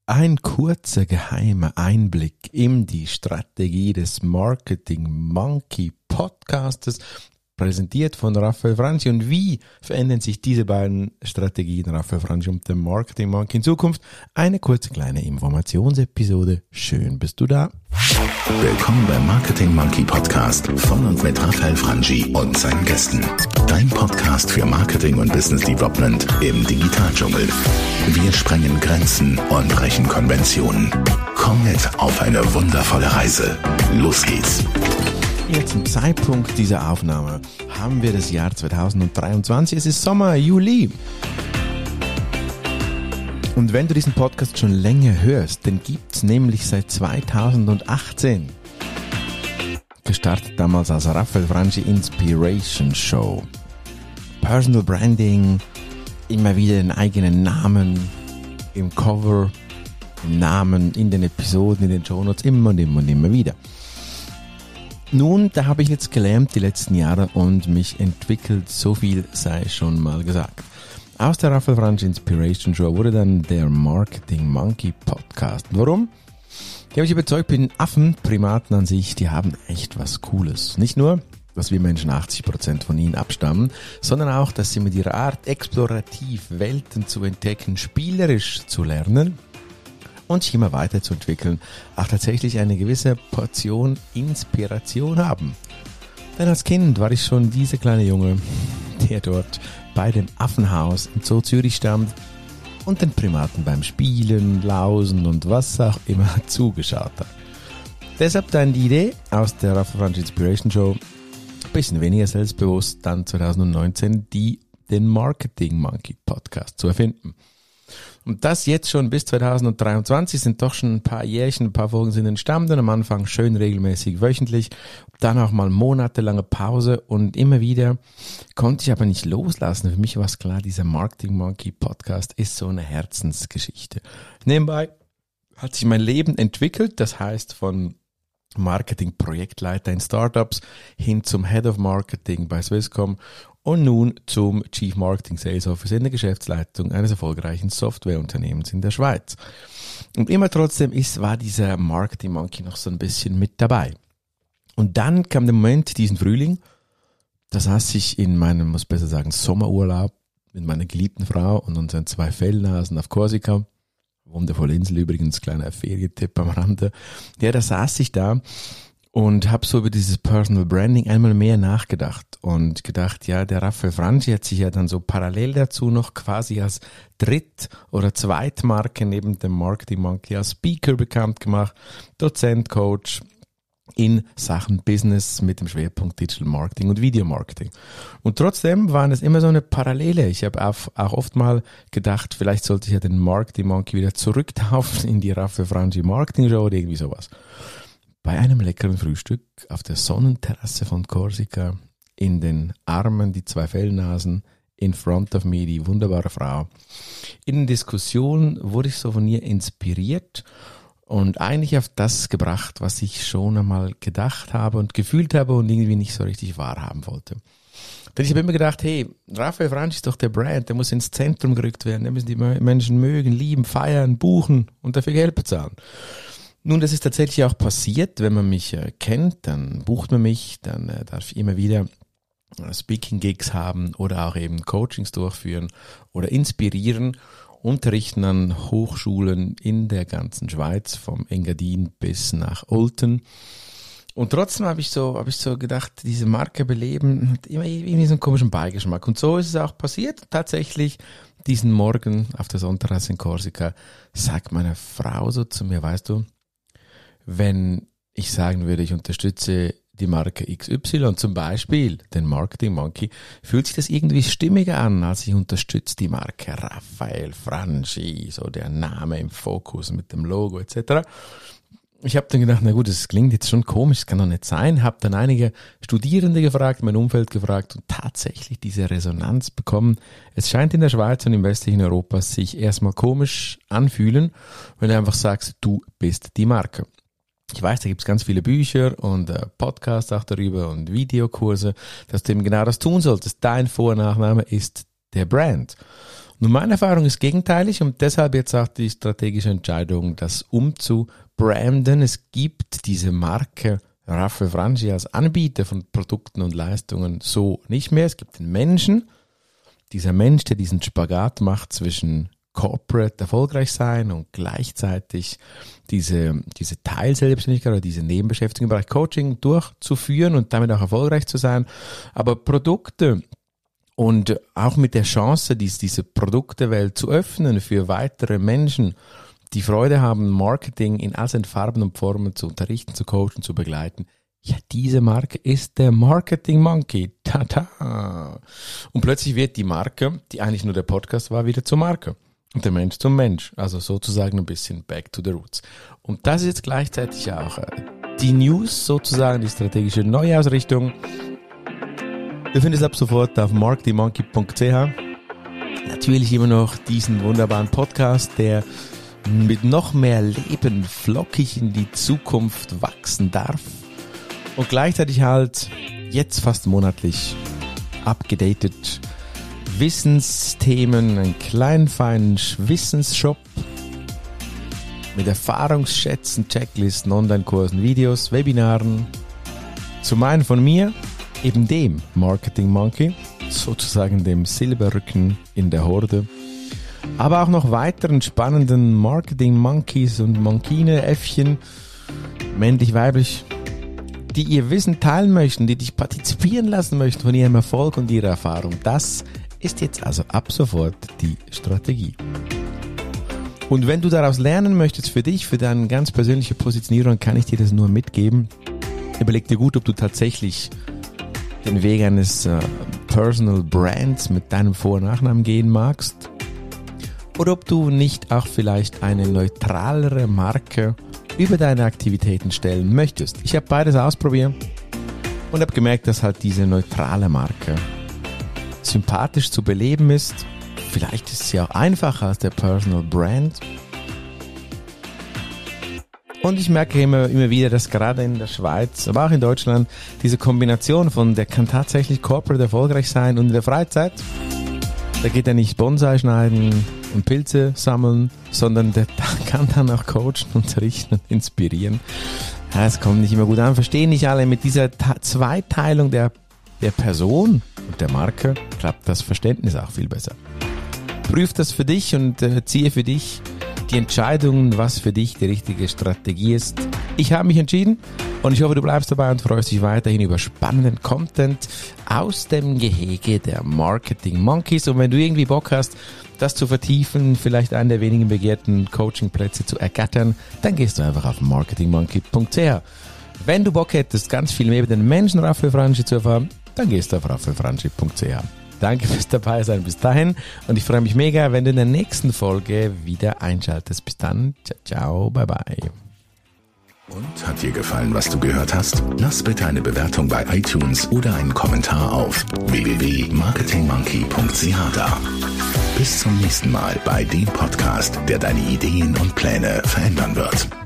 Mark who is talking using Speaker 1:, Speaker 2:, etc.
Speaker 1: Ein kurzer geheimer Einblick in die Strategie des Marketing Monkey Podcastes, präsentiert von Raphael Franchi. Und wie verändern sich diese beiden Strategien, Raphael Franchi und der Marketing Monkey, in Zukunft? Eine kurze kleine Informationsepisode. Schön bist du da.
Speaker 2: Willkommen beim Marketing Monkey Podcast von und mit Raphael Franchi und seinen Gästen. Dein Podcast für Marketing und Business Development im Digitaldschungel. Wir sprengen Grenzen und brechen Konventionen. Komm mit auf eine wundervolle Reise. Los geht's.
Speaker 1: Jetzt zum Zeitpunkt dieser Aufnahme haben wir das Jahr 2023. Es ist Sommer, Juli. Und wenn du diesen Podcast schon länger hörst, den gibt's nämlich seit 2018. Gestartet damals als Raphael Franchi Inspiration Show. Personal Branding, immer wieder den eigenen Namen im Cover, im Namen, in den Episoden, in den Shownotes, immer und immer und immer wieder. Nun, da habe ich jetzt gelernt die letzten Jahre und mich entwickelt, so viel sei schon mal gesagt. Aus der Raphael Franchi Inspiration Show wurde dann der Marketing Monkey Podcast. Warum? Ich habe mich überzeugt, bin Affen, Primaten an sich, die haben echt was Cooles. Nicht nur, dass wir Menschen 80% von ihnen abstammen, sondern auch, dass sie mit ihrer Art explorativ Welten zu entdecken, spielerisch zu lernen und sich immer weiterzuentwickeln, auch tatsächlich eine gewisse Portion Inspiration haben. Denn als Kind war ich schon dieser kleine Junge, der dort bei dem Affenhaus im Zoo Zürich stand und den Primaten beim Spielen, Lausen und was auch immer zugeschaut hat. Deshalb dann die Idee aus der Raphael Franchi Inspiration Show, ein bisschen weniger selbstbewusst, dann 2019 den Marketing Monkey Podcast zu erfinden. Und das jetzt schon bis 2023 sind doch schon ein paar Jährchen, ein paar Folgen sind entstanden. Am Anfang schön regelmäßig wöchentlich, dann auch mal monatelange Pause und immer wieder konnte ich aber nicht loslassen. Für mich war es klar, dieser Marketing Monkey Podcast ist so eine Herzensgeschichte. Nebenbei hat sich mein Leben entwickelt, das heißt von Marketing-Projektleiter in Startups hin zum Head of Marketing bei Swisscom und nun zum Chief Marketing Sales Officer in der Geschäftsleitung eines erfolgreichen Softwareunternehmens in der Schweiz. Und immer trotzdem war dieser Marketing Monkey noch so ein bisschen mit dabei. Und dann kam der Moment, diesen Frühling, da saß ich in meinem, muss besser sagen, Sommerurlaub mit meiner geliebten Frau und unseren 2 Fellnasen auf Korsika. Wundervolle Insel übrigens, kleiner Ferientipp am Rande. Ja, da saß ich da und habe so über dieses Personal Branding einmal mehr nachgedacht und gedacht, ja, der Raphael Franchi hat sich ja dann so parallel dazu noch quasi als Dritt- oder Zweitmarke neben dem Marketing Monkey als Speaker bekannt gemacht, Dozent, Coach in Sachen Business mit dem Schwerpunkt Digital Marketing und Video Marketing. Und trotzdem waren es immer so eine Parallele. Ich habe auch oft mal gedacht, vielleicht sollte ich ja den Marketing Monkey wieder zurücktaufen in die Raphael Franchi Marketing Show oder irgendwie sowas. Bei einem leckeren Frühstück auf der Sonnenterrasse von Korsika, in den Armen die 2 Fellnasen, in front of me die wunderbare Frau. In Diskussion wurde ich so von ihr inspiriert und eigentlich auf das gebracht, was ich schon einmal gedacht habe und gefühlt habe und irgendwie nicht so richtig wahrhaben wollte. Denn ich habe immer gedacht, hey, Raphael Franchi ist doch der Brand, der muss ins Zentrum gerückt werden, der müssen die Menschen mögen, lieben, feiern, buchen und dafür Geld bezahlen. Nun, das ist tatsächlich auch passiert. Wenn man mich kennt, dann bucht man mich, dann darf ich immer wieder Speaking-Gigs haben oder auch eben Coachings durchführen oder inspirieren, unterrichten an Hochschulen in der ganzen Schweiz, vom Engadin bis nach Olten. Und trotzdem habe ich so gedacht, diese Marke beleben hat immer irgendwie so einen komischen Beigeschmack. Und so ist es auch passiert. Tatsächlich, diesen Morgen auf der Sonnenterrasse in Korsika, sagt meine Frau so zu mir, weißt du, wenn ich sagen würde, ich unterstütze die Marke XY, zum Beispiel den Marketing Monkey, fühlt sich das irgendwie stimmiger an, als ich unterstütze die Marke Raphael Franchi, so der Name im Fokus mit dem Logo etc. Ich habe dann gedacht, na gut, das klingt jetzt schon komisch, das kann doch nicht sein. Habe dann einige Studierende gefragt, mein Umfeld gefragt und tatsächlich diese Resonanz bekommen. Es scheint in der Schweiz und im westlichen Europa sich erstmal komisch anfühlen, wenn du einfach sagst, du bist die Marke. Ich weiß, da gibt's ganz viele Bücher und Podcasts auch darüber und Videokurse, dass du eben genau das tun solltest. Dein Vor- und Nachname ist der Brand. Nun, meine Erfahrung ist gegenteilig und deshalb jetzt auch die strategische Entscheidung, das umzubranden. Es gibt diese Marke Raffaele Frangi als Anbieter von Produkten und Leistungen so nicht mehr. Es gibt den Menschen, dieser Mensch, der diesen Spagat macht zwischen corporate erfolgreich sein und gleichzeitig diese Teilselbstständigkeit oder diese Nebenbeschäftigung im Bereich Coaching durchzuführen und damit auch erfolgreich zu sein. Aber Produkte und auch mit der Chance, diese Produktewelt zu öffnen für weitere Menschen, die Freude haben, Marketing in all seinen Farben und Formen zu unterrichten, zu coachen, zu begleiten. Ja, diese Marke ist der Marketing Monkey. Tata! Und plötzlich wird die Marke, die eigentlich nur der Podcast war, wieder zur Marke. Und der Mensch zum Mensch. Also sozusagen ein bisschen back to the roots. Und das ist jetzt gleichzeitig auch die News, sozusagen die strategische Neuausrichtung. Du findest ab sofort auf marketingmonkey.ch natürlich immer noch diesen wunderbaren Podcast, der mit noch mehr Leben flockig in die Zukunft wachsen darf und gleichzeitig halt jetzt fast monatlich abgedatet Wissensthemen, einen kleinen feinen Wissensshop mit Erfahrungsschätzen, Checklisten, Online-Kursen, Videos, Webinaren, zum einen von mir, eben dem Marketing Monkey, sozusagen dem Silberrücken in der Horde, aber auch noch weiteren spannenden Marketing Monkeys und Monkine, Äffchen, männlich, weiblich, die ihr Wissen teilen möchten, die dich partizipieren lassen möchten von ihrem Erfolg und ihrer Erfahrung. Das ist jetzt also ab sofort die Strategie. Und wenn du daraus lernen möchtest für dich, für deine ganz persönliche Positionierung, kann ich dir das nur mitgeben. Überleg dir gut, ob du tatsächlich den Weg eines Personal Brands mit deinem Vor- und Nachnamen gehen magst. Oder ob du nicht auch vielleicht eine neutralere Marke über deine Aktivitäten stellen möchtest. Ich habe beides ausprobiert und habe gemerkt, dass halt diese neutrale Marke sympathisch zu beleben ist. Vielleicht ist sie auch einfacher als der Personal Brand. Und ich merke immer wieder, dass gerade in der Schweiz, aber auch in Deutschland, diese Kombination von, der kann tatsächlich corporate erfolgreich sein und in der Freizeit, da geht er nicht Bonsai schneiden und Pilze sammeln, sondern der kann dann auch coachen, unterrichten und inspirieren. Ja, es kommt nicht immer gut an, verstehen nicht alle. Mit dieser Zweiteilung der Person und der Marke klappt das Verständnis auch viel besser. Prüf das für dich und ziehe für dich die Entscheidung, was für dich die richtige Strategie ist. Ich habe mich entschieden und ich hoffe, du bleibst dabei und freust dich weiterhin über spannenden Content aus dem Gehege der Marketing Monkeys. Und wenn du irgendwie Bock hast, das zu vertiefen, vielleicht einen der wenigen begehrten Coachingplätze zu ergattern, dann gehst du einfach auf marketingmonkey.ch. Wenn du Bock hättest, ganz viel mehr über den Menschen Raffaele Frangi zu erfahren, dann gehst du auf raffaelefrangi.ch. Danke fürs dabei sein bis dahin und ich freue mich mega, wenn du in der nächsten Folge wieder einschaltest. Bis dann, ciao, ciao, bye bye.
Speaker 2: Und hat dir gefallen, was du gehört hast? Lass bitte eine Bewertung bei iTunes oder einen Kommentar auf www.marketingmonkey.ch da. Bis zum nächsten Mal bei dem Podcast, der deine Ideen und Pläne verändern wird.